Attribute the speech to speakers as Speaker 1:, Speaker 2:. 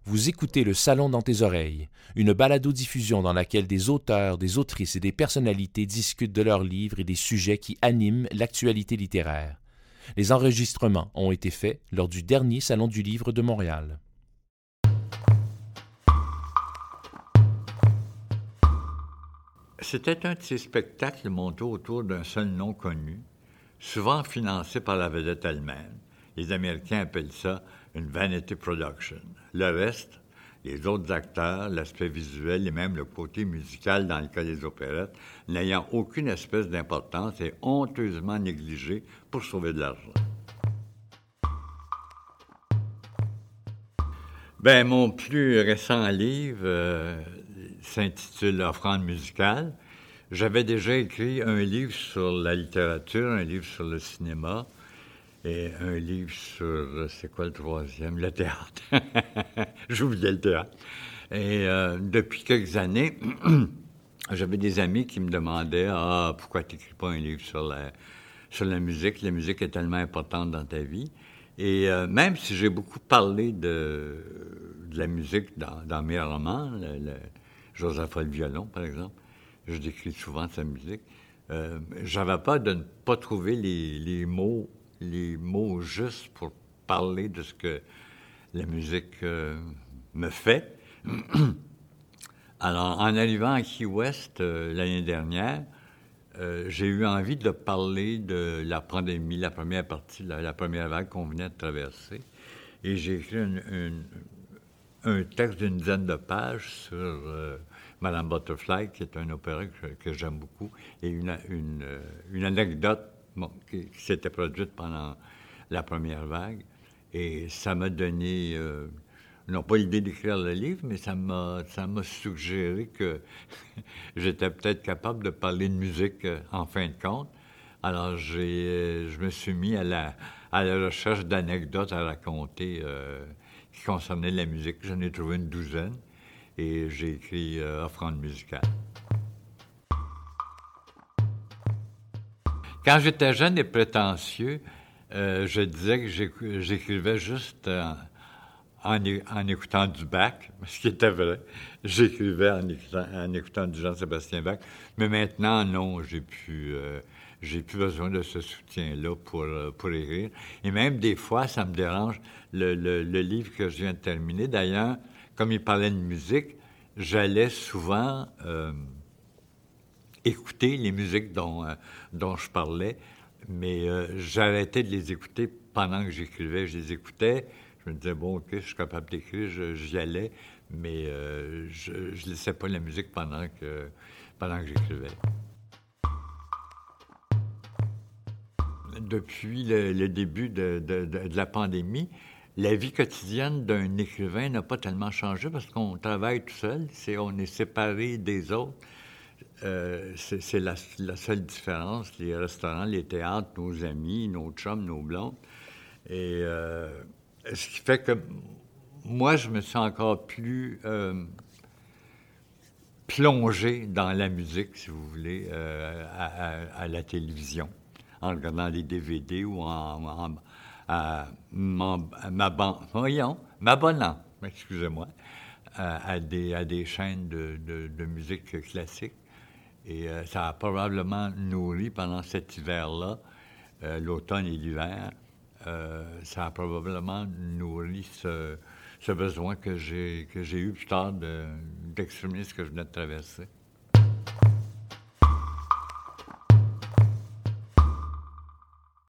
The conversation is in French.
Speaker 1: Vous écoutez Le Salon dans tes oreilles, une balado-diffusion dans laquelle des auteurs, des autrices et des personnalités discutent de leurs livres et des sujets qui animent l'actualité littéraire. Les enregistrements ont été faits lors du dernier Salon du Livre de Montréal.
Speaker 2: C'était un de ces spectacles montés autour d'un seul nom connu, souvent financé par la vedette elle-même. Les Américains appellent ça une vanity production. Le reste, les autres acteurs, l'aspect visuel et même le côté musical dans le cas des opérettes, n'ayant aucune espèce d'importance et honteusement négligé pour sauver de l'argent. Mon plus récent livre s'intitule « Offrande musicale ». J'avais déjà écrit un livre sur la littérature, un livre sur le cinéma et un livre sur, c'est quoi le troisième? Le théâtre. J'oubliais le théâtre. Et depuis quelques années, j'avais des amis qui me demandaient « Ah, pourquoi tu n'écris pas un livre sur la musique? La musique est tellement importante dans ta vie. » Et même si j'ai beaucoup parlé de la musique dans mes romans, Joseph a le violon, par exemple, je décris souvent sa musique, j'avais peur de ne pas trouver les mots justes pour parler de ce que la musique me fait. Alors, en arrivant à Key West l'année dernière, j'ai eu envie de parler de la pandémie, la première partie, la première vague qu'on venait de traverser. Et j'ai écrit un texte d'une dizaine de pages sur Madame Butterfly, qui est un opéra que j'aime beaucoup, et une anecdote qui s'était produite pendant la première vague. Et ça m'a donné, non pas l'idée d'écrire le livre, mais ça m'a suggéré que j'étais peut-être capable de parler de musique en fin de compte. Alors, je me suis mis à la recherche d'anecdotes à raconter qui concernaient la musique. J'en ai trouvé une douzaine et j'ai écrit Offrande musicale. Quand j'étais jeune et prétentieux, je disais que j'écrivais juste en écoutant du Bach, ce qui était vrai. J'écrivais en écoutant du Jean-Sébastien Bach. Mais maintenant, non, j'ai plus besoin de ce soutien-là pour écrire. Et même des fois, ça me dérange. Le livre que je viens de terminer, d'ailleurs, comme il parlait de musique, j'allais souvent écouter les musiques dont je parlais, mais j'arrêtais de les écouter pendant que j'écrivais. Je les écoutais, je me disais, bon, OK, je suis capable d'écrire, j'y allais, mais je ne laissais pas la musique pendant que j'écrivais. Depuis le début de la pandémie, la vie quotidienne d'un écrivain n'a pas tellement changé parce qu'on travaille tout seul, on est séparé des autres. C'est la seule différence. Les restaurants, les théâtres, nos amis, nos chums, nos blondes. Et ce qui fait que moi, je me suis encore plus plongé dans la musique, si vous voulez, à la télévision, en regardant les DVD ou m'abonnant, excusez-moi, à des chaînes de musique classique. Et ça a probablement nourri pendant cet hiver-là, l'automne et l'hiver, ça a probablement nourri ce besoin que j'ai eu plus tard d'exprimer ce que je venais de traverser.